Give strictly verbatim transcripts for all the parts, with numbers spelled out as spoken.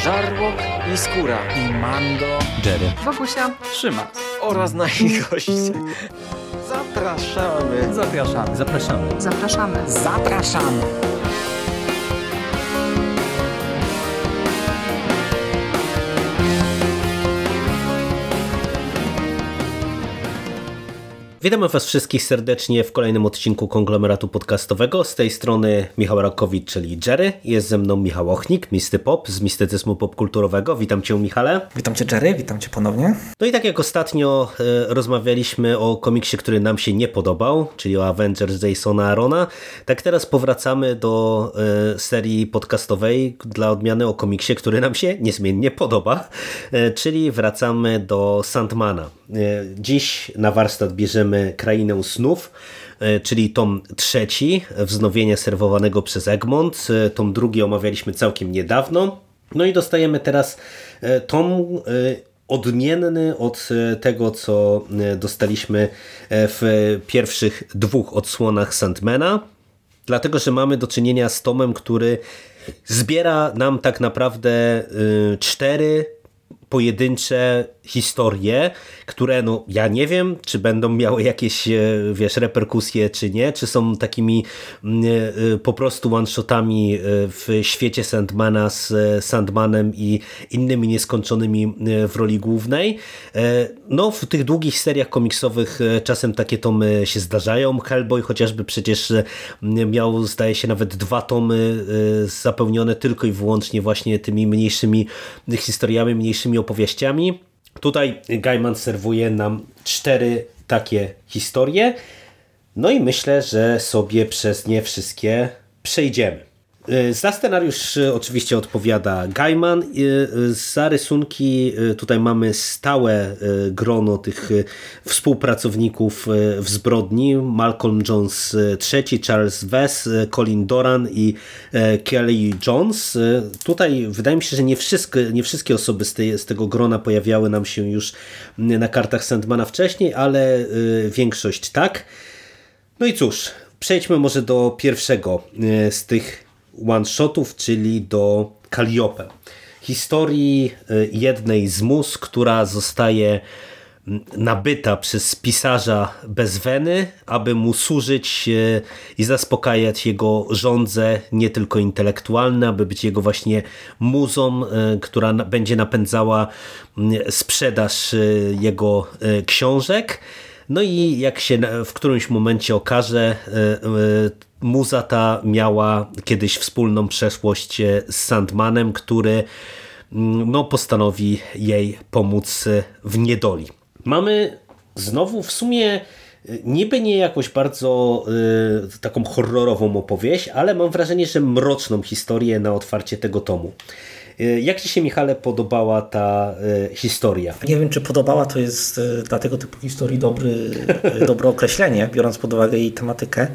Żarłok i Skóra i Mando, Jerry, Wokusia, Trzyma oraz nasi goście. Zapraszamy. Zapraszamy. Zapraszamy. Zapraszamy. Zapraszamy. Witamy Was wszystkich serdecznie w kolejnym odcinku Konglomeratu Podcastowego. Z tej strony Michał Rakowicz, czyli Jerry. Jest ze mną Michał Ochnik, Misty Pop z mistycyzmu popkulturowego. Witam Cię, Michale. Witam Cię, Jerry. Witam Cię ponownie. No i tak jak ostatnio e, rozmawialiśmy o komiksie, który nam się nie podobał, czyli o Avengers Jasona Aarona, tak teraz powracamy do e, serii podcastowej dla odmiany o komiksie, który nam się niezmiennie podoba, e, czyli wracamy do Sandmana. E, dziś na warsztat bierzemy Krainę Snów, czyli tom trzeci, wznowienia serwowanego przez Egmont. Tom drugi omawialiśmy całkiem niedawno. No i dostajemy teraz tom odmienny od tego, co dostaliśmy w pierwszych dwóch odsłonach Sandmana, dlatego że mamy do czynienia z tomem, który zbiera nam tak naprawdę cztery pojedyncze historie, które no ja nie wiem, czy będą miały jakieś, wiesz, reperkusje, czy nie, czy są takimi po prostu one-shotami w świecie Sandmana z Sandmanem i innymi nieskończonymi w roli głównej. No w tych długich seriach komiksowych czasem takie tomy się zdarzają. Hellboy chociażby przecież miał, zdaje się, nawet dwa tomy zapełnione tylko i wyłącznie właśnie tymi mniejszymi historiami, mniejszymi opowieściami. Tutaj Gaiman serwuje nam cztery takie historie, no i myślę, że sobie przez nie wszystkie przejdziemy. Za scenariusz oczywiście odpowiada Gaiman. Za rysunki tutaj mamy stałe grono tych współpracowników w zbrodni. Malcolm Jones trzeci, Charles Vess, Colin Doran i Kelly Jones. Tutaj wydaje mi się, że nie wszystkie, nie wszystkie osoby z, tej, z tego grona pojawiały nam się już na kartach Sandmana wcześniej, ale większość tak. No i cóż, przejdźmy może do pierwszego z tych one-shotów, czyli do Calliope. Historii jednej z mus, która zostaje nabyta przez pisarza bez weny, aby mu służyć i zaspokajać jego żądze nie tylko intelektualne, aby być jego właśnie muzą, która będzie napędzała sprzedaż jego książek. No i jak się w którymś momencie okaże, muza ta miała kiedyś wspólną przeszłość z Sandmanem, który no, postanowi jej pomóc w niedoli. Mamy znowu w sumie niby nie jakąś bardzo y, taką horrorową opowieść, ale mam wrażenie, że mroczną historię na otwarcie tego tomu. Jak Ci się, Michale, podobała ta y, historia? Nie wiem, czy podobała, to jest y, dla tego typu historii dobry, y, dobre określenie, biorąc pod uwagę jej tematykę.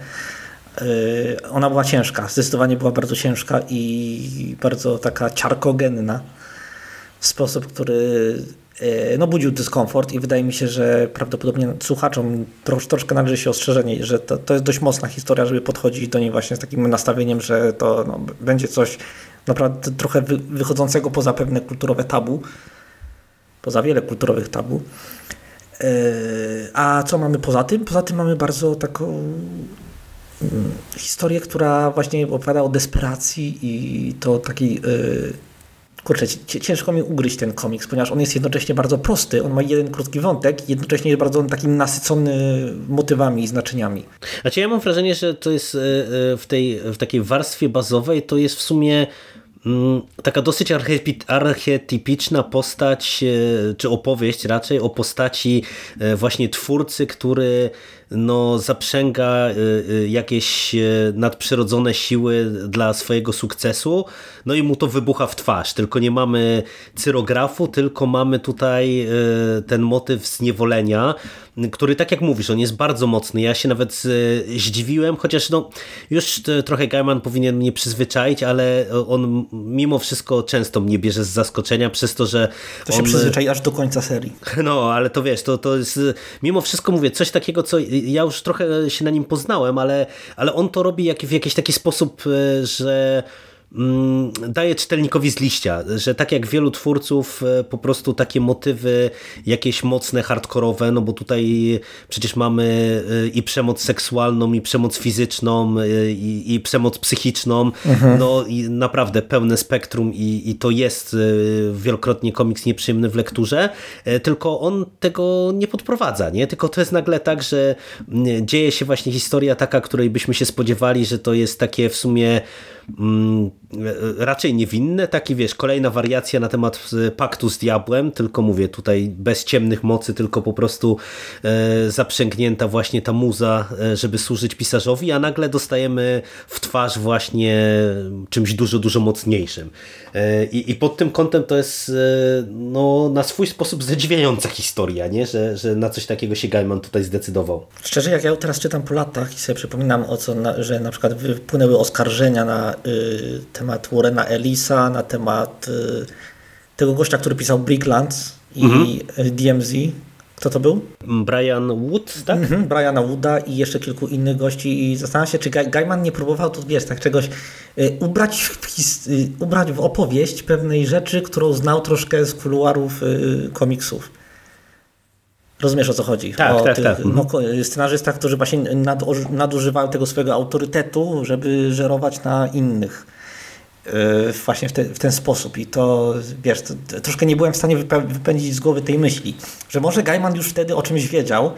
Y, ona była ciężka, zdecydowanie była bardzo ciężka i bardzo taka ciarkogenna w sposób, który y, no, budził dyskomfort i wydaje mi się, że prawdopodobnie słuchaczom trosz, troszkę należy się ostrzeżenie, że to, to jest dość mocna historia, żeby podchodzić do niej właśnie z takim nastawieniem, że to no, będzie coś naprawdę trochę wy, wychodzącego poza pewne kulturowe tabu, poza wiele kulturowych tabu. Yy, a co mamy poza tym? Poza tym mamy bardzo taką yy, historię, która właśnie opowiada o desperacji i to takiej yy, kurczę, ciężko mi ugryźć ten komiks, ponieważ on jest jednocześnie bardzo prosty, on ma jeden krótki wątek i jednocześnie jest bardzo taki nasycony motywami i znaczeniami. Znaczy ja mam wrażenie, że to jest w tej w takiej warstwie bazowej to jest w sumie taka dosyć archetypiczna postać, czy opowieść raczej o postaci właśnie twórcy, który no, zaprzęga jakieś nadprzyrodzone siły dla swojego sukcesu, no i mu to wybucha w twarz. Tylko nie mamy cyrografu, tylko mamy tutaj ten motyw zniewolenia, który, tak jak mówisz, on jest bardzo mocny. Ja się nawet zdziwiłem, chociaż no, już trochę Gaiman powinien mnie przyzwyczaić, ale on mimo wszystko często mnie bierze z zaskoczenia przez to, że to się on... przyzwyczai aż do końca serii. No, ale to wiesz, to, to jest mimo wszystko, mówię, coś takiego, co ja już trochę się na nim poznałem, ale, ale on to robi jak, w jakiś taki sposób, że mm, daje czytelnikowi z liścia, że tak jak wielu twórców po prostu takie motywy jakieś mocne, hardkorowe, no bo tutaj przecież mamy i przemoc seksualną, i przemoc fizyczną, i, i przemoc psychiczną, mhm. no i naprawdę pełne spektrum i, i to jest wielokrotnie komiks nieprzyjemny w lekturze, tylko on tego nie podprowadza, nie? Tylko to jest nagle tak, że dzieje się właśnie historia taka, której byśmy się spodziewali, że to jest takie w sumie mm, raczej niewinne, taki wiesz, kolejna wariacja na temat paktu z diabłem, tylko mówię tutaj bez ciemnych mocy, tylko po prostu e, zaprzęgnięta właśnie ta muza, e, żeby służyć pisarzowi, a nagle dostajemy w twarz właśnie czymś dużo, dużo mocniejszym. E, i, I pod tym kątem to jest e, no, na swój sposób zadziwiająca historia, nie? Że, że na coś takiego się Gaiman tutaj zdecydował. Szczerze, jak ja teraz czytam po latach i sobie przypominam, o co, na, że na przykład wypłynęły oskarżenia na y, temat Warrena Ellisa, na temat y, tego gościa, który pisał Bricklands i mhm. D M Z. Kto to był? Brian Wood, tak? Mhm, Briana Wooda i jeszcze kilku innych gości i zastanawiam się, czy Gaiman nie próbował tu, wiesz, tak czegoś y, ubrać, w his, y, ubrać w opowieść pewnej rzeczy, którą znał troszkę z kuluarów y, komiksów. Rozumiesz, o co chodzi? Tak, o tak, tych, tak. No, scenarzystach, którzy właśnie nadużywają tego swojego autorytetu, żeby żerować na innych. Yy, właśnie w, te, w ten sposób. I to, wiesz, to, to, troszkę nie byłem w stanie wypędzić z głowy tej myśli, że może Gaiman już wtedy o czymś wiedział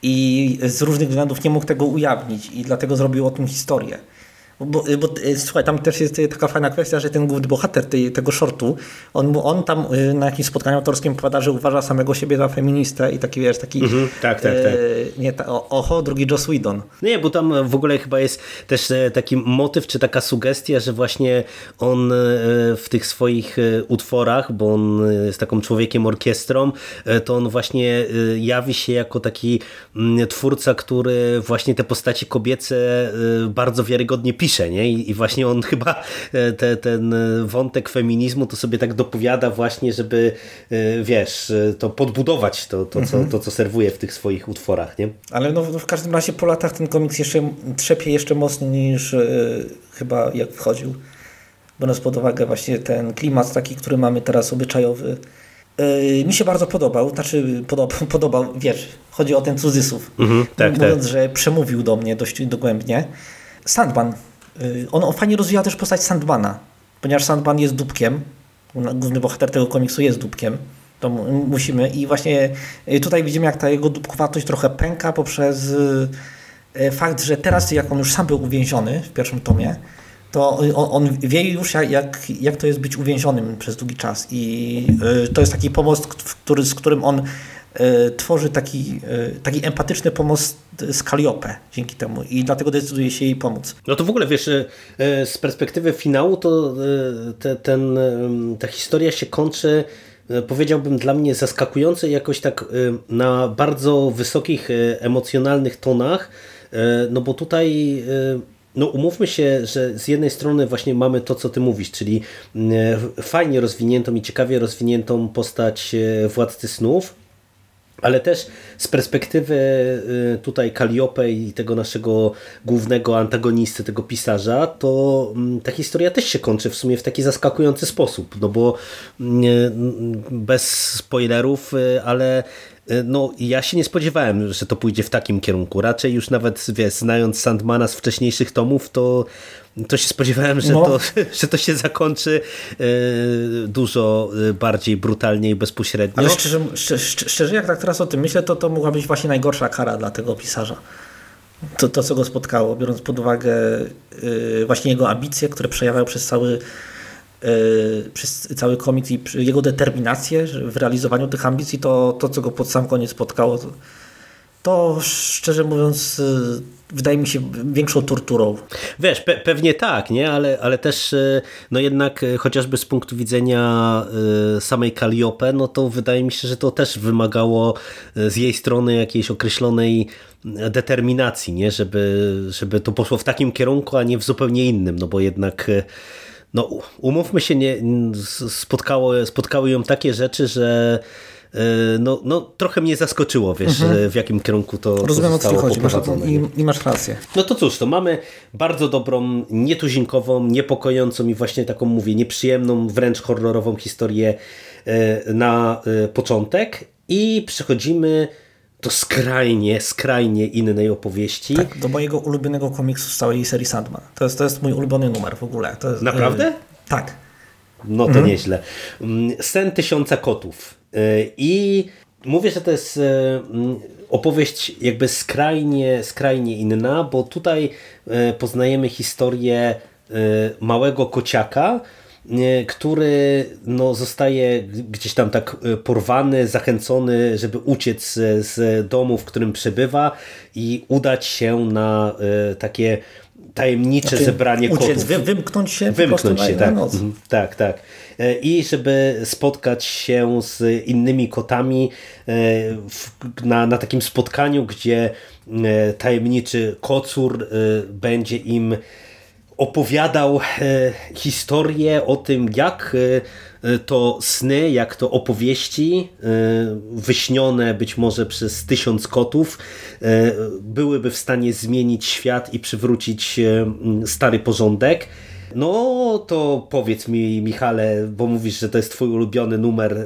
i z różnych względów nie mógł tego ujawnić i dlatego zrobił o tym historię. Bo, bo słuchaj, tam też jest taka fajna kwestia, że ten główny bohater tej, tego shortu, on, on tam na jakimś spotkaniu autorskim powiada, że uważa samego siebie za feministę i taki, wiesz, taki mm-hmm, tak, tak, tak. E, nie, ta, oho, drugi Joss Whedon. Nie, bo tam w ogóle chyba jest też taki motyw, czy taka sugestia, że właśnie on w tych swoich utworach, bo on jest taką człowiekiem orkiestrą, to on właśnie jawi się jako taki twórca, który właśnie te postaci kobiece bardzo wiarygodnie pisze. Nie? I właśnie on chyba te, ten wątek feminizmu to sobie tak dopowiada właśnie, żeby wiesz, to podbudować to, to, co, to co serwuje w tych swoich utworach. Nie? Ale no, w każdym razie po latach ten komiks jeszcze trzepie jeszcze mocniej niż yy, chyba jak wchodził. Biorąc pod uwagę właśnie ten klimat taki, który mamy teraz obyczajowy. Yy, mi się bardzo podobał, znaczy podobał, podobał, wiesz, chodzi o ten cudzysłów. Mhm, tak, mówiąc, tak. że przemówił do mnie dość dogłębnie. Sandman. On, on fajnie rozwija też postać Sandmana, ponieważ Sandman jest dupkiem, główny bohater tego komiksu jest dupkiem, to musimy i właśnie tutaj widzimy, jak ta jego dupkowatość trochę pęka poprzez fakt, że teraz jak on już sam był uwięziony w pierwszym tomie, to on, on wie już jak, jak to jest być uwięzionym przez długi czas i to jest taki pomost, który, z którym on tworzy taki, taki empatyczny pomost z Kaliopę dzięki temu i dlatego decyduje się jej pomóc. No to w ogóle wiesz, z perspektywy finału to te, ten, ta historia się kończy, powiedziałbym, dla mnie zaskakująco jakoś tak na bardzo wysokich emocjonalnych tonach, no bo tutaj no umówmy się, że z jednej strony właśnie mamy to, co ty mówisz, czyli fajnie rozwiniętą i ciekawie rozwiniętą postać Władcy Snów, ale też z perspektywy tutaj Kaliopy i tego naszego głównego antagonisty, tego pisarza, to ta historia też się kończy w sumie w taki zaskakujący sposób, no bo bez spoilerów, ale no ja się nie spodziewałem, że to pójdzie w takim kierunku. Raczej już nawet, wiesz, znając Sandmana z wcześniejszych tomów, to, to się spodziewałem, że, no. to, że to się zakończy e, dużo bardziej brutalnie i bezpośrednio. Ale szczerze, szczerze, szczerze jak tak teraz o tym myślę, to to mogła być właśnie najgorsza kara dla tego pisarza. To, to co go spotkało, biorąc pod uwagę yy, właśnie jego ambicje, które przejawiał przez cały Yy, przez cały komiks i jego determinację w realizowaniu tych ambicji, to, to co go pod sam koniec spotkało, to, to szczerze mówiąc yy, wydaje mi się większą torturą. Wiesz, pe pewnie tak, nie? Ale, ale też no jednak chociażby z punktu widzenia y, samej Kaliopy, no to wydaje mi się, że to też wymagało z jej strony jakiejś określonej determinacji, nie? Żeby, żeby to poszło w takim kierunku, a nie w zupełnie innym, no bo jednak no umówmy się, nie, spotkało, spotkały ją takie rzeczy, że no, no trochę mnie zaskoczyło, wiesz, mhm. w jakim kierunku to, to Rozumiem, zostało o co chodzi, masz, i, i masz rację. No to cóż, to mamy bardzo dobrą, nietuzinkową, niepokojącą i właśnie taką, mówię, nieprzyjemną, wręcz horrorową historię na początek i przechodzimy do skrajnie, skrajnie innej opowieści. Tak, do mojego ulubionego komiksu z całej serii Sandman. To jest, to jest mój ulubiony numer w ogóle. To jest, Naprawdę? Yy, tak. No to mhm. nieźle. Sen tysiąca kotów. I mówię, że to jest opowieść jakby skrajnie, skrajnie inna, bo tutaj poznajemy historię małego kociaka, który no, zostaje gdzieś tam tak porwany, zachęcony, żeby uciec z domu, w którym przebywa i udać się na takie tajemnicze znaczy, zebranie uciec, kotów. Wy, wymknąć się Wymknąć się, na, tak. na noc. tak, tak. I żeby spotkać się z innymi kotami na, na takim spotkaniu, gdzie tajemniczy kocur będzie im opowiadał historię o tym, jak to sny, jak to opowieści wyśnione być może przez tysiąc kotów byłyby w stanie zmienić świat i przywrócić stary porządek. No to powiedz mi, Michale, bo mówisz, że to jest twój ulubiony numer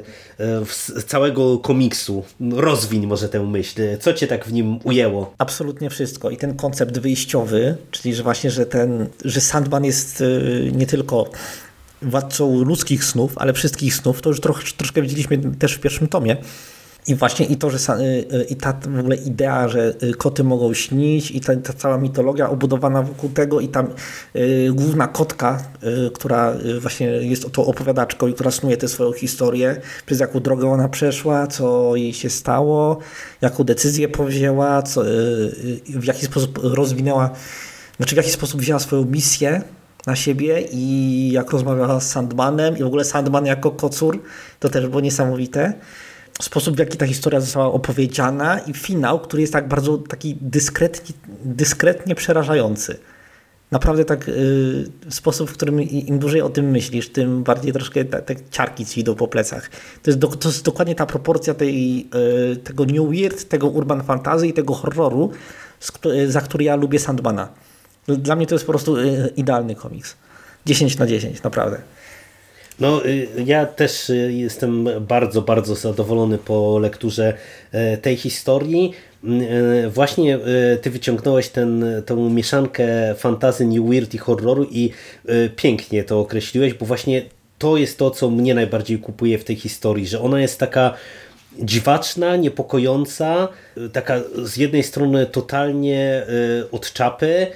z całego komiksu. Rozwiń może tę myśl. Co cię tak w nim ujęło? Absolutnie wszystko. I ten koncept wyjściowy, czyli że właśnie, że ten, że Sandman jest nie tylko władcą ludzkich snów, ale wszystkich snów, to już troch, troszkę widzieliśmy też w pierwszym tomie. I właśnie i to, że i ta w ogóle idea, że koty mogą śnić i ta, ta cała mitologia obudowana wokół tego i tam y, główna kotka, y, która y, właśnie jest tą opowiadaczką i która snuje tę swoją historię, przez jaką drogę ona przeszła, co jej się stało, jaką decyzję powzięła, co, y, y, w jaki sposób rozwinęła, znaczy w jaki sposób wzięła swoją misję na siebie i jak rozmawiała z Sandmanem i w ogóle Sandman jako kocur, to też było niesamowite. Sposób, w jaki ta historia została opowiedziana i finał, który jest tak bardzo taki dyskretnie, dyskretnie przerażający. Naprawdę tak y, sposób, w którym im dłużej o tym myślisz, tym bardziej troszkę te, te ciarki ci idą po plecach. To jest, do, to jest dokładnie ta proporcja tej, y, tego New Weird, tego urban fantasy i tego horroru, z, za który ja lubię Sandmana. Dla mnie to jest po prostu y, idealny komiks. dziesięć na dziesięć, naprawdę. No, ja też jestem bardzo, bardzo zadowolony po lekturze tej historii. Właśnie ty wyciągnąłeś ten, tą mieszankę fantasy, new weird i horroru i pięknie to określiłeś, bo właśnie to jest to, co mnie najbardziej kupuje w tej historii, że ona jest taka dziwaczna, niepokojąca, taka z jednej strony totalnie od czapy,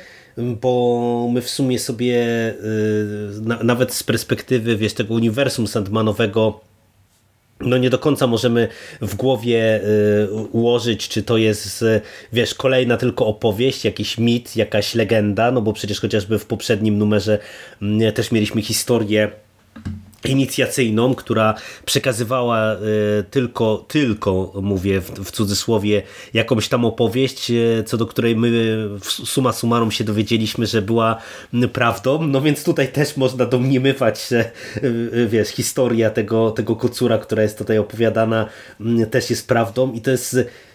bo my w sumie sobie na, nawet z perspektywy, wiesz, tego uniwersum Sandmanowego no nie do końca możemy w głowie y, ułożyć, czy to jest, wiesz, kolejna tylko opowieść, jakiś mit, jakaś legenda, no bo przecież chociażby w poprzednim numerze y, też mieliśmy historię inicjacyjną, która przekazywała y, tylko, tylko mówię w, w cudzysłowie, jakąś tam opowieść, y, co do której my w summa summarum się dowiedzieliśmy, że była y, prawdą, no więc tutaj też można domniemywać, że y, wiesz, historia tego, tego kocura, która jest tutaj opowiadana, y, też jest prawdą i to jest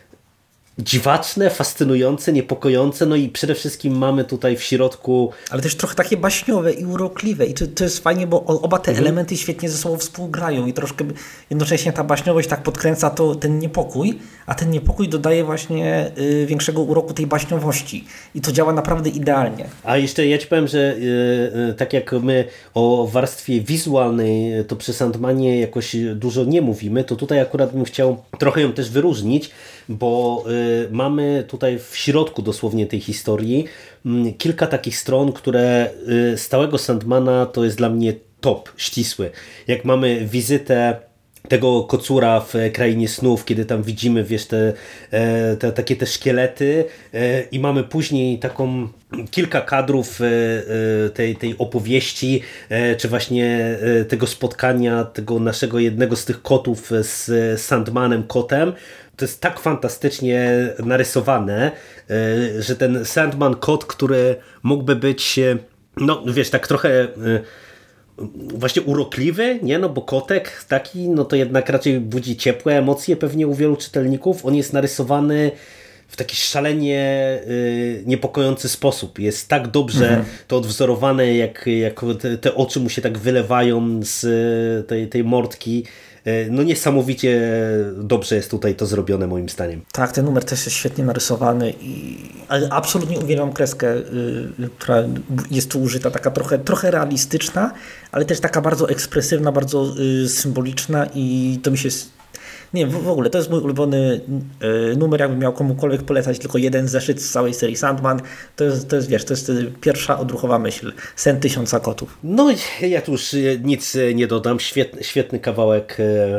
dziwaczne, fascynujące, niepokojące, no i przede wszystkim mamy tutaj w środku... Ale też trochę takie baśniowe i urokliwe i to, to jest fajnie, bo oba te mhm. elementy świetnie ze sobą współgrają i troszkę jednocześnie ta baśniowość tak podkręca to, ten niepokój, a ten niepokój dodaje właśnie y, większego uroku tej baśniowości i to działa naprawdę idealnie. A jeszcze ja ci powiem, że y, y, tak jak my o warstwie wizualnej to przy Sandmanie jakoś dużo nie mówimy, to tutaj akurat bym chciał trochę ją też wyróżnić, bo y, mamy tutaj w środku dosłownie tej historii y, kilka takich stron, które y, z całego Sandmana to jest dla mnie top, ścisły. Jak mamy wizytę tego kocura w Krainie Snów, kiedy tam widzimy, wiesz, te, te takie te szkielety i mamy później taką kilka kadrów tej, tej opowieści, czy właśnie tego spotkania, tego naszego jednego z tych kotów z Sandmanem kotem. To jest tak fantastycznie narysowane, że ten Sandman kot, który mógłby być, no wiesz, tak trochę właśnie urokliwy, nie? No bo kotek taki, no to jednak raczej budzi ciepłe emocje pewnie u wielu czytelników. On jest narysowany w taki szalenie y, niepokojący sposób. Jest tak dobrze mhm. to odwzorowane, jak, jak te, te oczy mu się tak wylewają z y, tej, tej mordki. Y, no niesamowicie dobrze jest tutaj to zrobione moim zdaniem. Tak, ten numer też jest świetnie narysowany i ale absolutnie uwielbiam kreskę, y, która jest tu użyta, taka trochę, trochę realistyczna, ale też taka bardzo ekspresywna, bardzo y, symboliczna i to mi się Nie, w ogóle to jest mój ulubiony numer, jakbym miał komukolwiek polecać tylko jeden zeszyt z całej serii Sandman, to jest, to jest wiesz, to jest pierwsza odruchowa myśl, Sen tysiąca kotów. No ja tu już nic nie dodam, świetny, świetny kawałek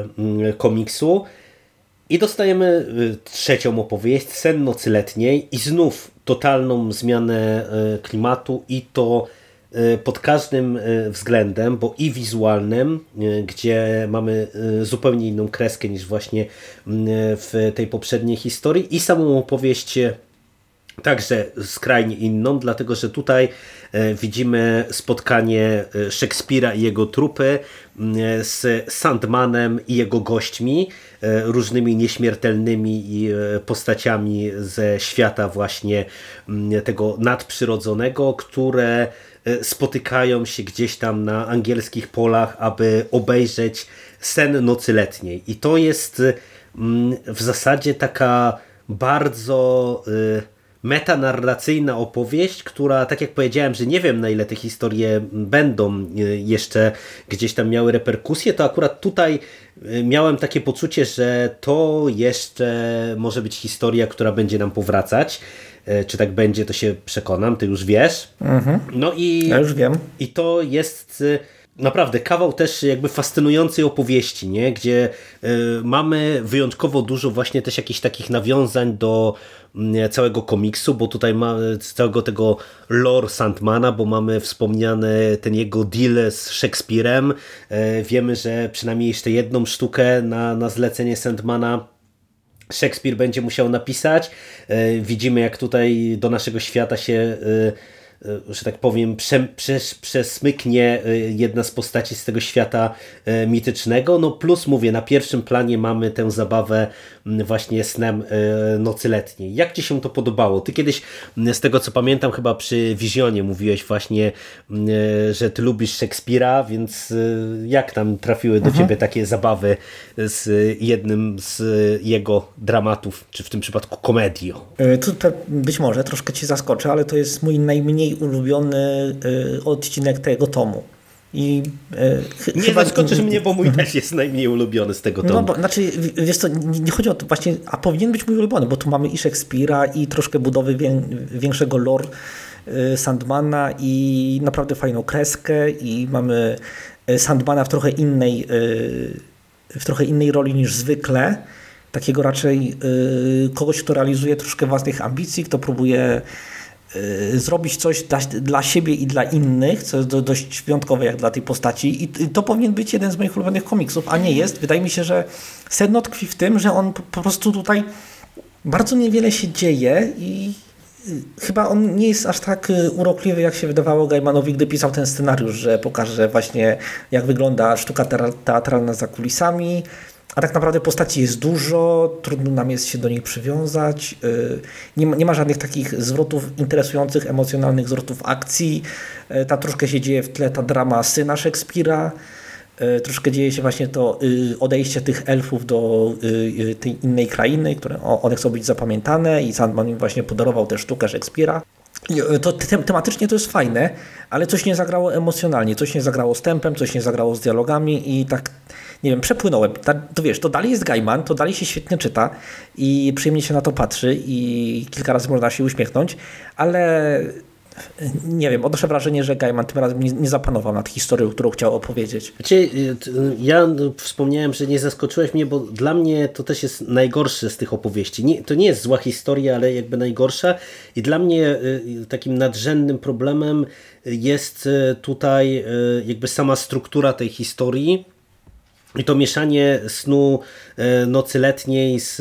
komiksu i dostajemy trzecią opowieść, Sen nocy letniej i znów totalną zmianę klimatu i to pod każdym względem, bo i wizualnym, gdzie mamy zupełnie inną kreskę niż właśnie w tej poprzedniej historii i samą opowieść także skrajnie inną, dlatego że tutaj widzimy spotkanie Szekspira i jego trupy z Sandmanem i jego gośćmi, różnymi nieśmiertelnymi postaciami ze świata właśnie tego nadprzyrodzonego, które spotykają się gdzieś tam na angielskich polach, aby obejrzeć Sen nocy letniej. I to jest w zasadzie taka bardzo metanarracyjna opowieść, która, tak jak powiedziałem, że nie wiem, na ile te historie będą jeszcze gdzieś tam miały reperkusje, to akurat tutaj miałem takie poczucie, że to jeszcze może być historia, która będzie nam powracać. Czy tak będzie, to się przekonam, ty już wiesz. Mhm. No i, ja już wiem. I to jest naprawdę kawał też jakby fascynującej opowieści, nie? Gdzie y, mamy wyjątkowo dużo właśnie też jakichś takich nawiązań do y, całego komiksu, bo tutaj mamy całego tego lore Sandmana, bo mamy wspomniany ten jego deal z Szekspirem. Y, wiemy, że przynajmniej jeszcze jedną sztukę na, na zlecenie Sandmana Szekspir będzie musiał napisać. Y, widzimy, jak tutaj do naszego świata się y, że tak powiem, prze, prze, przesmyknie jedna z postaci z tego świata mitycznego. No plus mówię, na pierwszym planie mamy tę zabawę właśnie snem nocy letniej. Jak ci się to podobało? Ty kiedyś, z tego co pamiętam, chyba przy Wizjonie mówiłeś właśnie, że ty lubisz Szekspira, więc jak tam trafiły do mhm. ciebie takie zabawy z jednym z jego dramatów, czy w tym przypadku komedią? Tutaj być może troszkę ci zaskoczę, ale to jest mój najmniej ulubiony y, odcinek tego tomu. I, y, nie chyba, zaskoczysz mnie, bo mój też jest najmniej ulubiony z tego tomu. No, bo, znaczy, wiesz co, nie, nie chodzi o to właśnie, a powinien być mój ulubiony, bo tu mamy i Szekspira, i troszkę budowy wię, większego lore y, Sandmana i naprawdę fajną kreskę i mamy Sandmana w trochę innej y, w trochę innej roli niż zwykle. Takiego raczej y, kogoś, kto realizuje troszkę własnych ambicji, kto próbuje zrobić coś dla, dla siebie i dla innych, co jest do, dość wyjątkowe jak dla tej postaci i to powinien być jeden z moich ulubionych komiksów, a nie jest. Wydaje mi się, że sedno tkwi w tym, że on po, po prostu tutaj bardzo niewiele się dzieje i chyba on nie jest aż tak urokliwy, jak się wydawało Gaimanowi, gdy pisał ten scenariusz, że pokaże właśnie, jak wygląda sztuka teatralna za kulisami. A tak naprawdę postaci jest dużo, trudno nam jest się do nich przywiązać, nie ma, nie ma żadnych takich zwrotów interesujących, emocjonalnych zwrotów akcji. Tam troszkę się dzieje w tle ta drama syna Szekspira, troszkę dzieje się właśnie to odejście tych elfów do tej innej krainy, które one chcą być zapamiętane i Sandman im właśnie podarował tę sztukę Szekspira. To tematycznie to jest fajne, ale coś nie zagrało emocjonalnie, coś nie zagrało z tempem, coś nie zagrało z dialogami i tak, nie wiem, przepłynąłem. To wiesz, to dalej jest Gaiman, to dalej się świetnie czyta i przyjemnie się na to patrzy i kilka razy można się uśmiechnąć, ale nie wiem, odnoszę wrażenie, że Gaiman tym razem nie, nie zapanował nad historią, którą chciał opowiedzieć. Znaczy, ja wspomniałem, że nie zaskoczyłeś mnie, bo dla mnie to też jest najgorsze z tych opowieści. Nie, to nie jest zła historia, ale jakby najgorsza i dla mnie takim nadrzędnym problemem jest tutaj jakby sama struktura tej historii i to mieszanie snu nocy letniej z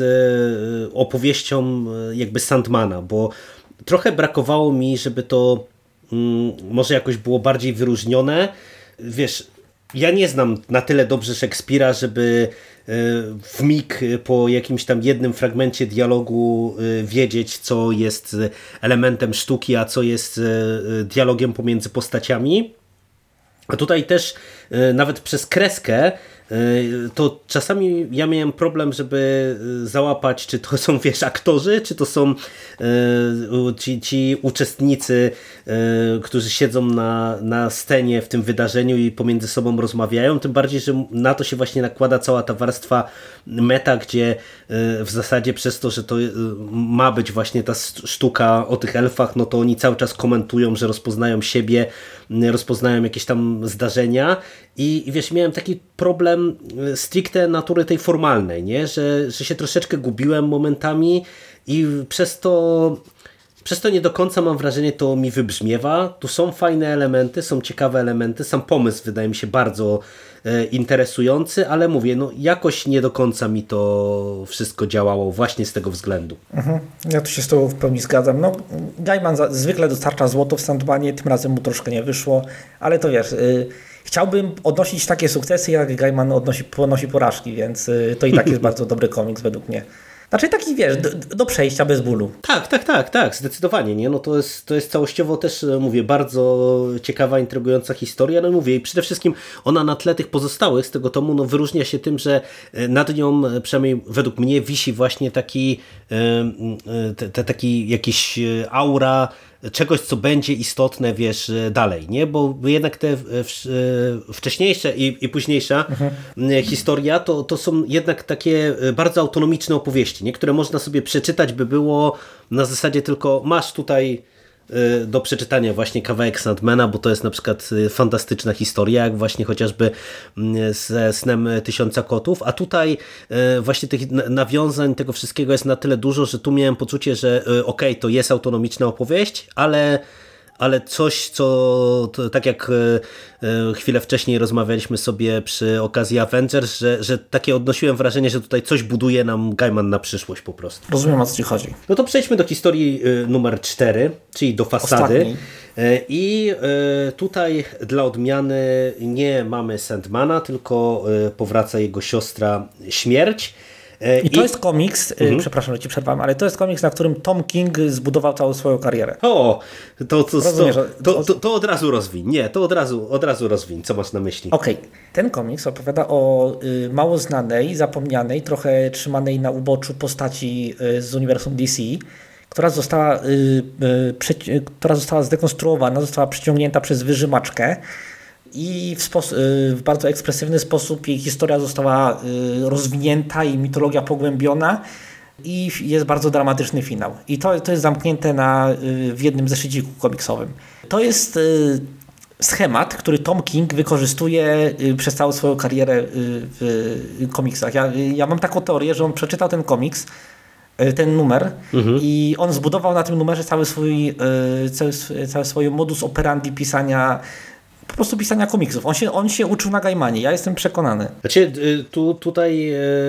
opowieścią jakby Sandmana, bo trochę brakowało mi, żeby to mm, może jakoś było bardziej wyróżnione, wiesz, ja nie znam na tyle dobrze Szekspira, żeby w mig po jakimś tam jednym fragmencie dialogu wiedzieć, co jest elementem sztuki, a co jest dialogiem pomiędzy postaciami. A tutaj też nawet przez kreskę to czasami ja miałem problem, żeby załapać, czy to są, wiesz, aktorzy, czy to są ci, ci uczestnicy, którzy siedzą na, na scenie w tym wydarzeniu i pomiędzy sobą rozmawiają, tym bardziej, że na to się właśnie nakłada cała ta warstwa meta, gdzie w zasadzie przez to, że to ma być właśnie ta sztuka o tych elfach, no to oni cały czas komentują, że rozpoznają siebie, rozpoznają jakieś tam zdarzenia i, i wiesz, miałem taki problem stricte natury tej formalnej, nie? Że, że się troszeczkę gubiłem momentami i przez to przez to nie do końca mam wrażenie, to mi wybrzmiewa. Tu są fajne elementy, są ciekawe elementy, sam pomysł wydaje mi się bardzo e, interesujący, ale mówię, no jakoś nie do końca mi to wszystko działało właśnie z tego względu. Mhm. Ja tu się z tobą w pełni zgadzam. No, Gaiman za, zwykle dostarcza złoto w Sandmanie, tym razem mu troszkę nie wyszło, ale to wiesz... Y Chciałbym odnosić takie sukcesy, jak Gaiman odnosi, ponosi porażki, więc to i tak jest bardzo dobry komiks według mnie. Znaczy taki, wiesz, do, do przejścia bez bólu. Tak, tak, tak, tak, zdecydowanie. Nie? No to jest, to jest całościowo też, mówię, bardzo ciekawa, intrygująca historia, ale mówię, i przede wszystkim ona na tle tych pozostałych z tego tomu no, wyróżnia się tym, że nad nią, przynajmniej według mnie, wisi właśnie taki, te, te, taki jakiś aura czegoś, co będzie istotne, wiesz, dalej, nie? Bo jednak te wcześniejsze i, i późniejsza mhm. historia to, to są jednak takie bardzo autonomiczne opowieści, nie? Które można sobie przeczytać, by było na zasadzie tylko masz tutaj do przeczytania właśnie kawałek Sandmana, bo to jest na przykład fantastyczna historia, jak właśnie chociażby ze Snem Tysiąca Kotów, a tutaj właśnie tych nawiązań, tego wszystkiego jest na tyle dużo, że tu miałem poczucie, że okej, okay, to jest autonomiczna opowieść, ale ale coś, co to, tak jak chwilę wcześniej rozmawialiśmy sobie przy okazji Avengers, że, że takie odnosiłem wrażenie, że tutaj coś buduje nam Gaiman na przyszłość po prostu. Rozumiem, o co ci chodzi. No to przejdźmy do historii numer cztery, czyli do Fasady. Ostatni. I tutaj dla odmiany nie mamy Sandmana, tylko powraca jego siostra Śmierć. I to I... jest komiks, mhm. przepraszam, że ci przerwałem, ale to jest komiks, na którym Tom King zbudował całą swoją karierę. O, to, to, Rozumiem, to, to, to, to od razu rozwiń. Nie, to od razu, od razu rozwiń. Co masz na myśli? Okej, okay. Ten komiks opowiada o y, mało znanej, zapomnianej, trochę trzymanej na uboczu postaci y, z uniwersum D C, która została, y, y, przy, y, która została zdekonstruowana, została przyciągnięta przez wyżymaczkę. I w, sposób, w bardzo ekspresywny sposób jej historia została rozwinięta i mitologia pogłębiona i jest bardzo dramatyczny finał. I to, to jest zamknięte na, w jednym zeszyciku komiksowym. To jest schemat, który Tom King wykorzystuje przez całą swoją karierę w komiksach. Ja, ja mam taką teorię, że on przeczytał ten komiks, ten numer mhm. i on zbudował na tym numerze cały swój, cały, cały swój modus operandi pisania po prostu pisania komiksów. On się, on się uczył na Gaimanie. Ja jestem przekonany. Znaczy, tu, tutaj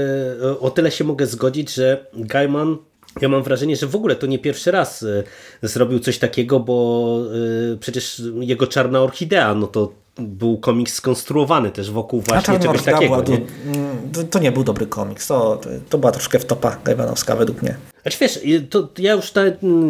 o tyle się mogę zgodzić, że Gaiman, ja mam wrażenie, że w ogóle to nie pierwszy raz zrobił coś takiego, bo przecież jego Czarna Orchidea, no to był komiks skonstruowany też wokół właśnie czegoś takiego. Była, nie? To, to nie był dobry komiks. To, to była troszkę wtopa gaimanowska według mnie. Znaczy wiesz, to ja już ta,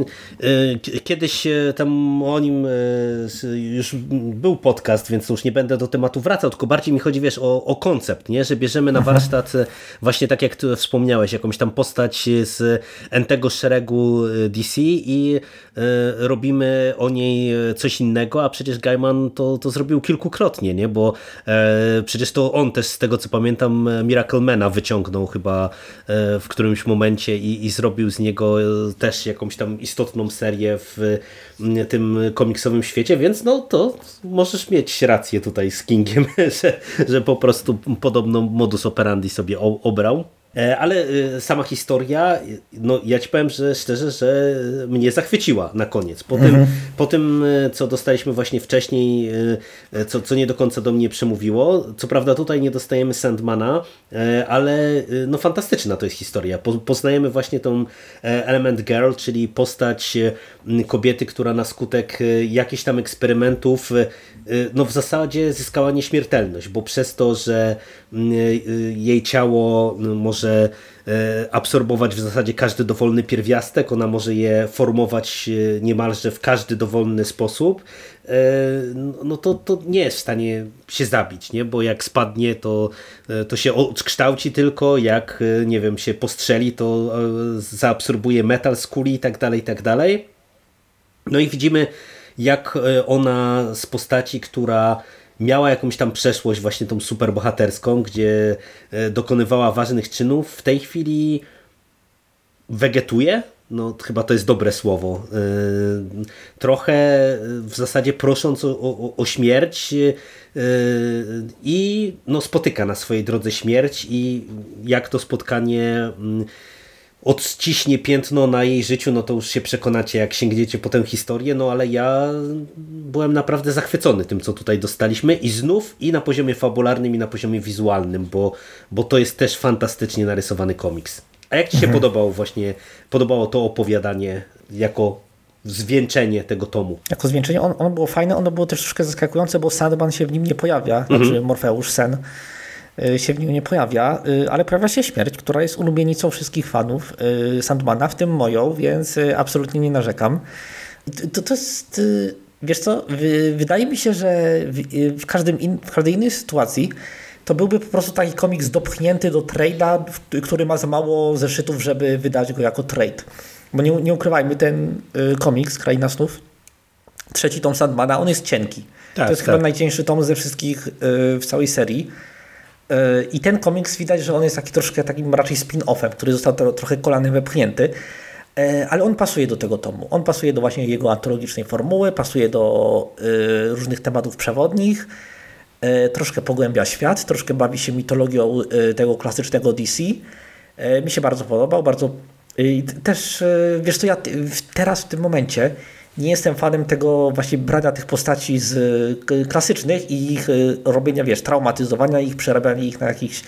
kiedyś tam o nim już był podcast, więc już nie będę do tematu wracał, tylko bardziej mi chodzi, wiesz, o, o koncept, nie? Że bierzemy na warsztat właśnie tak jak ty wspomniałeś, jakąś tam postać z entego szeregu D C i robimy o niej coś innego, a przecież Gaiman to, to zrobił kilkukrotnie, nie? Bo przecież to on też z tego co pamiętam Miraclemana wyciągnął chyba w którymś momencie i, i zrobił z niego też jakąś tam istotną serię w tym komiksowym świecie, więc no to możesz mieć rację tutaj z Kingiem, że, że po prostu podobną modus operandi sobie obrał. Ale sama historia, no ja ci powiem, że szczerze, że mnie zachwyciła na koniec. Po, mhm. tym, po tym, co dostaliśmy właśnie wcześniej, co, co nie do końca do mnie przemówiło. Co prawda tutaj nie dostajemy Sandmana, ale no fantastyczna to jest historia. Poznajemy właśnie tą Element Girl, czyli postać kobiety, która na skutek jakichś tam eksperymentów no w zasadzie zyskała nieśmiertelność, bo przez to, że jej ciało może absorbować w zasadzie każdy dowolny pierwiastek, ona może je formować niemalże w każdy dowolny sposób, no to, to nie jest w stanie się zabić, nie? Bo jak spadnie, to, to się odkształci tylko, jak nie wiem, się postrzeli, to zaabsorbuje metal z kuli i tak dalej, i tak dalej. No i widzimy, jak ona z postaci, która miała jakąś tam przeszłość właśnie tą superbohaterską, gdzie dokonywała ważnych czynów, w tej chwili wegetuje, no chyba to jest dobre słowo, trochę w zasadzie prosząc o, o, o śmierć i no spotyka na swojej drodze śmierć i jak to spotkanie odciśnie piętno na jej życiu, no to już się przekonacie, jak sięgniecie po tę historię, no ale ja byłem naprawdę zachwycony tym, co tutaj dostaliśmy i znów i na poziomie fabularnym, i na poziomie wizualnym, bo, bo to jest też fantastycznie narysowany komiks. A jak ci się mhm. podobało właśnie, podobało to opowiadanie jako zwieńczenie tego tomu? Jako zwieńczenie, on, ono było fajne, ono było też troszkę zaskakujące, bo Sandman się w nim nie pojawia, mhm. znaczy Morfeusz Sen się w nim nie pojawia, ale pojawia się śmierć, która jest ulubienicą wszystkich fanów Sandmana, w tym moją, więc absolutnie nie narzekam. To, to jest, wiesz co, wydaje mi się, że w, każdym in, w każdej innej sytuacji to byłby po prostu taki komiks dopchnięty do trade'a, który ma za mało zeszytów, żeby wydać go jako trade. Bo nie, nie ukrywajmy, ten komiks Kraina Snów, trzeci tom Sandmana, on jest cienki. Tak, to jest tak. chyba najcieńszy tom ze wszystkich w całej serii. I ten komiks widać, że on jest taki troszkę takim raczej spin-offem, który został to, trochę kolanem wepchnięty, ale on pasuje do tego tomu. On pasuje do właśnie jego antologicznej formuły, pasuje do y, różnych tematów przewodnich, y, troszkę pogłębia świat, troszkę bawi się mitologią y, tego klasycznego D C. Y, mi się bardzo podobał, bardzo y, też, y, wiesz co, ja teraz w tym momencie nie jestem fanem tego właśnie brania tych postaci z klasycznych i ich robienia, wiesz, traumatyzowania ich, przerabiania ich na jakichś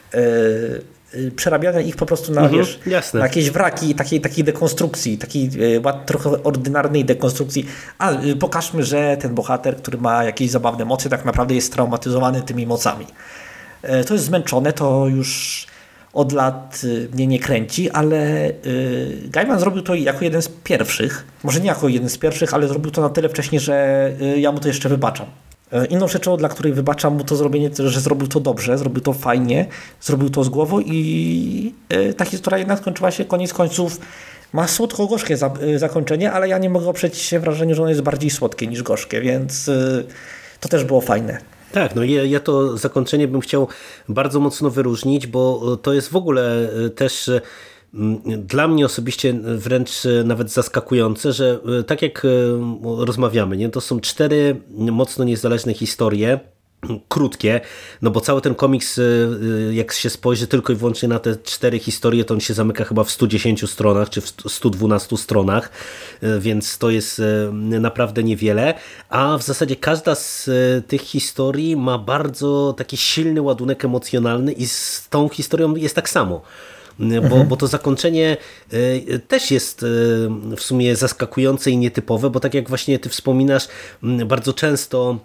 yy, przerabiania ich po prostu na, mhm, wiesz, na jakieś wraki, takiej, takiej dekonstrukcji, takiej yy, trochę ordynarnej dekonstrukcji. A yy, pokażmy, że ten bohater, który ma jakieś zabawne moce, tak naprawdę jest traumatyzowany tymi mocami. Yy, to jest zmęczone, to już od lat mnie nie kręci, ale Gaiman zrobił to jako jeden z pierwszych, może nie jako jeden z pierwszych, ale zrobił to na tyle wcześnie, że ja mu to jeszcze wybaczam. Inną rzeczą, dla której wybaczam mu to zrobienie, że zrobił to dobrze, zrobił to fajnie, zrobił to z głową i ta historia jednak skończyła się koniec końców. Ma słodko-gorzkie zakończenie, ale ja nie mogę oprzeć się wrażeniu, że ono jest bardziej słodkie niż gorzkie, więc to też było fajne. Tak, no ja, ja to zakończenie bym chciał bardzo mocno wyróżnić, bo to jest w ogóle też dla mnie osobiście wręcz nawet zaskakujące, że tak jak rozmawiamy, nie, to są cztery mocno niezależne historie, krótkie, no bo cały ten komiks, jak się spojrzy tylko i wyłącznie na te cztery historie, to on się zamyka chyba w stu dziesięciu stronach, czy w stu dwunastu stronach, więc to jest naprawdę niewiele, a w zasadzie każda z tych historii ma bardzo taki silny ładunek emocjonalny i z tą historią jest tak samo. Bo, bo to zakończenie y, też jest y, w sumie zaskakujące i nietypowe, bo tak jak właśnie ty wspominasz, y, bardzo często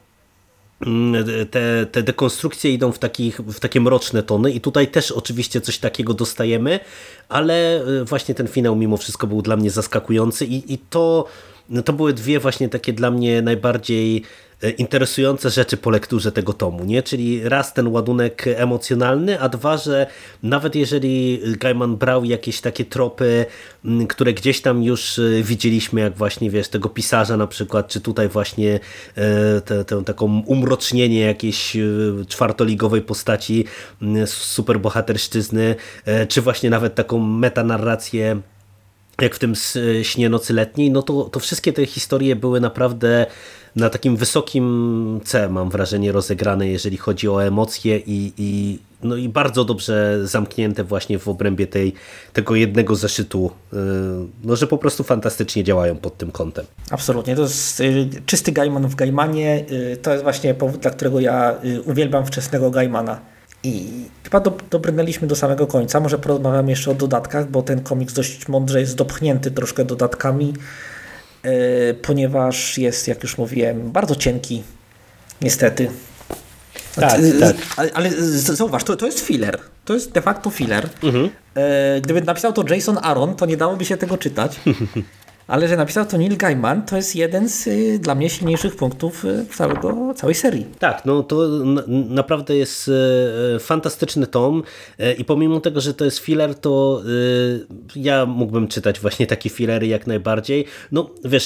Te, te dekonstrukcje idą w, takich, w takie mroczne tony i tutaj też oczywiście coś takiego dostajemy, ale właśnie ten finał mimo wszystko był dla mnie zaskakujący i, i to, to były dwie właśnie takie dla mnie najbardziej interesujące rzeczy po lekturze tego tomu, nie? Czyli raz ten ładunek emocjonalny, a dwa, że nawet jeżeli Gaiman brał jakieś takie tropy, które gdzieś tam już widzieliśmy, jak właśnie, wiesz, tego pisarza na przykład, czy tutaj właśnie tę te, taką umrocznienie jakiejś czwartoligowej postaci superbohaterszczyzny, czy właśnie nawet taką metanarrację jak w tym śnie Nocy Letniej, no to, to wszystkie te historie były naprawdę na takim wysokim C, mam wrażenie, rozegrane, jeżeli chodzi o emocje i, i no i bardzo dobrze zamknięte właśnie w obrębie tej, tego jednego zeszytu, no że po prostu fantastycznie działają pod tym kątem. Absolutnie, to jest czysty Gaiman w Gaimanie, to jest właśnie powód, dla którego ja uwielbiam wczesnego Gaimana. I chyba do, dobrnęliśmy do samego końca, może porozmawiamy jeszcze o dodatkach, bo ten komiks dość mądrze jest dopchnięty troszkę dodatkami, yy, ponieważ jest, jak już mówiłem, bardzo cienki, niestety. Tak, yy, tak. Ale, ale zauważ, to, to jest filler, to jest de facto filler. Mhm. Yy, gdyby napisał to Jason Aaron, to nie dałoby się tego czytać. Ale że napisał to Neil Gaiman, to jest jeden z y, dla mnie silniejszych punktów y, całego, całej serii. Tak, no to na, naprawdę jest y, fantastyczny tom y, i pomimo tego, że to jest filler, to y, ja mógłbym czytać właśnie takie fillery jak najbardziej. No wiesz,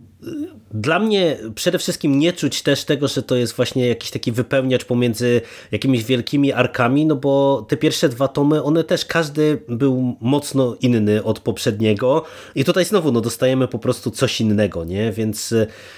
dla mnie przede wszystkim nie czuć też tego, że to jest właśnie jakiś taki wypełniacz pomiędzy jakimiś wielkimi arkami, no bo te pierwsze dwa tomy, one też każdy był mocno inny od poprzedniego i tutaj znowu no dostajemy po prostu coś innego, nie? Więc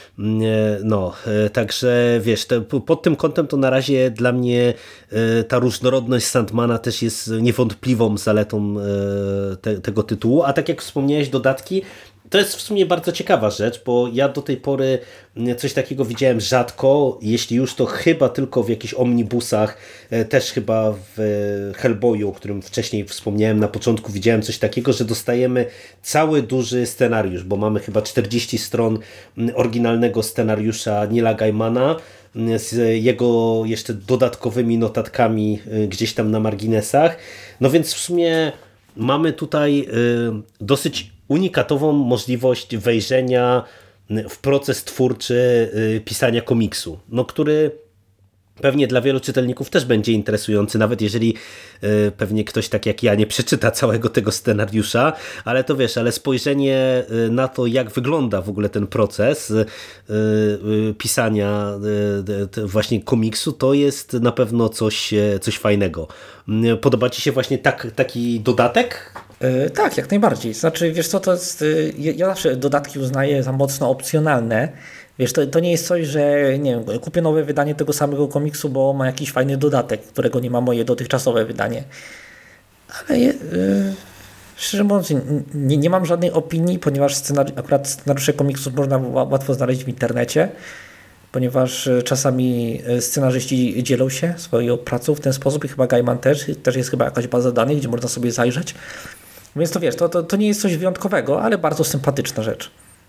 no, także wiesz, te, pod tym kątem to na razie dla mnie ta różnorodność Sandmana też jest niewątpliwą zaletą te, tego tytułu, a tak jak wspomniałeś, dodatki to jest w sumie bardzo ciekawa rzecz, bo ja do tej pory coś takiego widziałem rzadko, jeśli już to chyba tylko w jakichś omnibusach, też chyba w Hellboyu, o którym wcześniej wspomniałem na początku, widziałem coś takiego, że dostajemy cały duży scenariusz, bo mamy chyba czterdzieści stron oryginalnego scenariusza Neila Gaimana z jego jeszcze dodatkowymi notatkami gdzieś tam na marginesach. No więc w sumie mamy tutaj dosyć unikatową możliwość wejrzenia w proces twórczy pisania komiksu, no który pewnie dla wielu czytelników też będzie interesujący, nawet jeżeli y, pewnie ktoś tak jak ja nie przeczyta całego tego scenariusza, ale to wiesz, ale spojrzenie y, na to, jak wygląda w ogóle ten proces y, y, pisania y, y, właśnie komiksu, to jest na pewno coś, coś fajnego. Y, podoba ci się właśnie tak, taki dodatek? Yy, tak, jak najbardziej. Znaczy, wiesz co, to jest, yy, ja zawsze dodatki uznaję za mocno opcjonalne. Wiesz, to, to nie jest coś, że nie wiem, kupię nowe wydanie tego samego komiksu, bo ma jakiś fajny dodatek, którego nie ma moje dotychczasowe wydanie. Ale yy, szczerze mówiąc, nie, nie mam żadnej opinii, ponieważ scenari- akurat scenariusze komiksów można łatwo znaleźć w internecie, ponieważ czasami scenarzyści dzielą się swoją pracą w ten sposób i chyba Gaiman też, też jest chyba jakaś baza danych, gdzie można sobie zajrzeć. Więc to wiesz, to, to, to nie jest coś wyjątkowego, ale bardzo sympatyczna rzecz.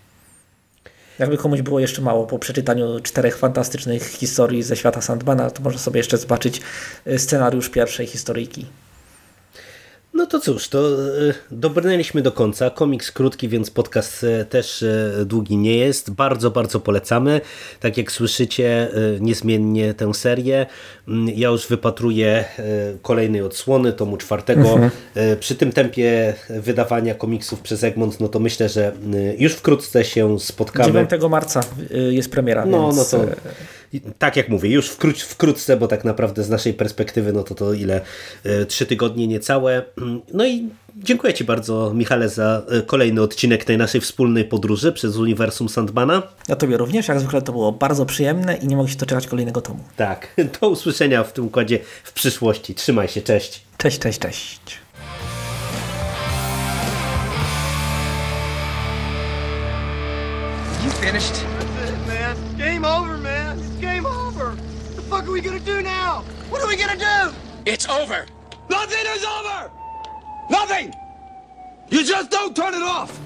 Jakby komuś było jeszcze mało po przeczytaniu czterech fantastycznych historii ze świata Sandmana, to może sobie jeszcze zobaczyć scenariusz pierwszej historyjki. No to cóż, to dobrnęliśmy do końca. Komiks krótki, więc podcast też długi nie jest. Bardzo, bardzo polecamy. Tak jak słyszycie, niezmiennie tę serię. Ja już wypatruję kolejnej odsłony, tomu czwartego. Mhm. Przy tym tempie wydawania komiksów przez Egmont, no to myślę, że już wkrótce się spotkamy. dziewiątego marca jest premiera, no, więc... No to... Tak jak mówię, już wkró- wkrótce, bo tak naprawdę z naszej perspektywy, no to to ile? Trzy tygodnie niecałe. No i dziękuję Ci bardzo, Michale, za kolejny odcinek tej naszej wspólnej podróży przez uniwersum Sandmana. Ja Tobie również, jak zwykle to było bardzo przyjemne i nie mogę się doczekać kolejnego tomu. Tak, do usłyszenia w tym układzie w przyszłości. Trzymaj się, cześć. Cześć, cześć, cześć. You finished? That's it, man. Game over, man. It's game over. What the fuck are we gonna do now? What are we gonna do? It's over. Nothing is over! Nothing! You just don't turn it off!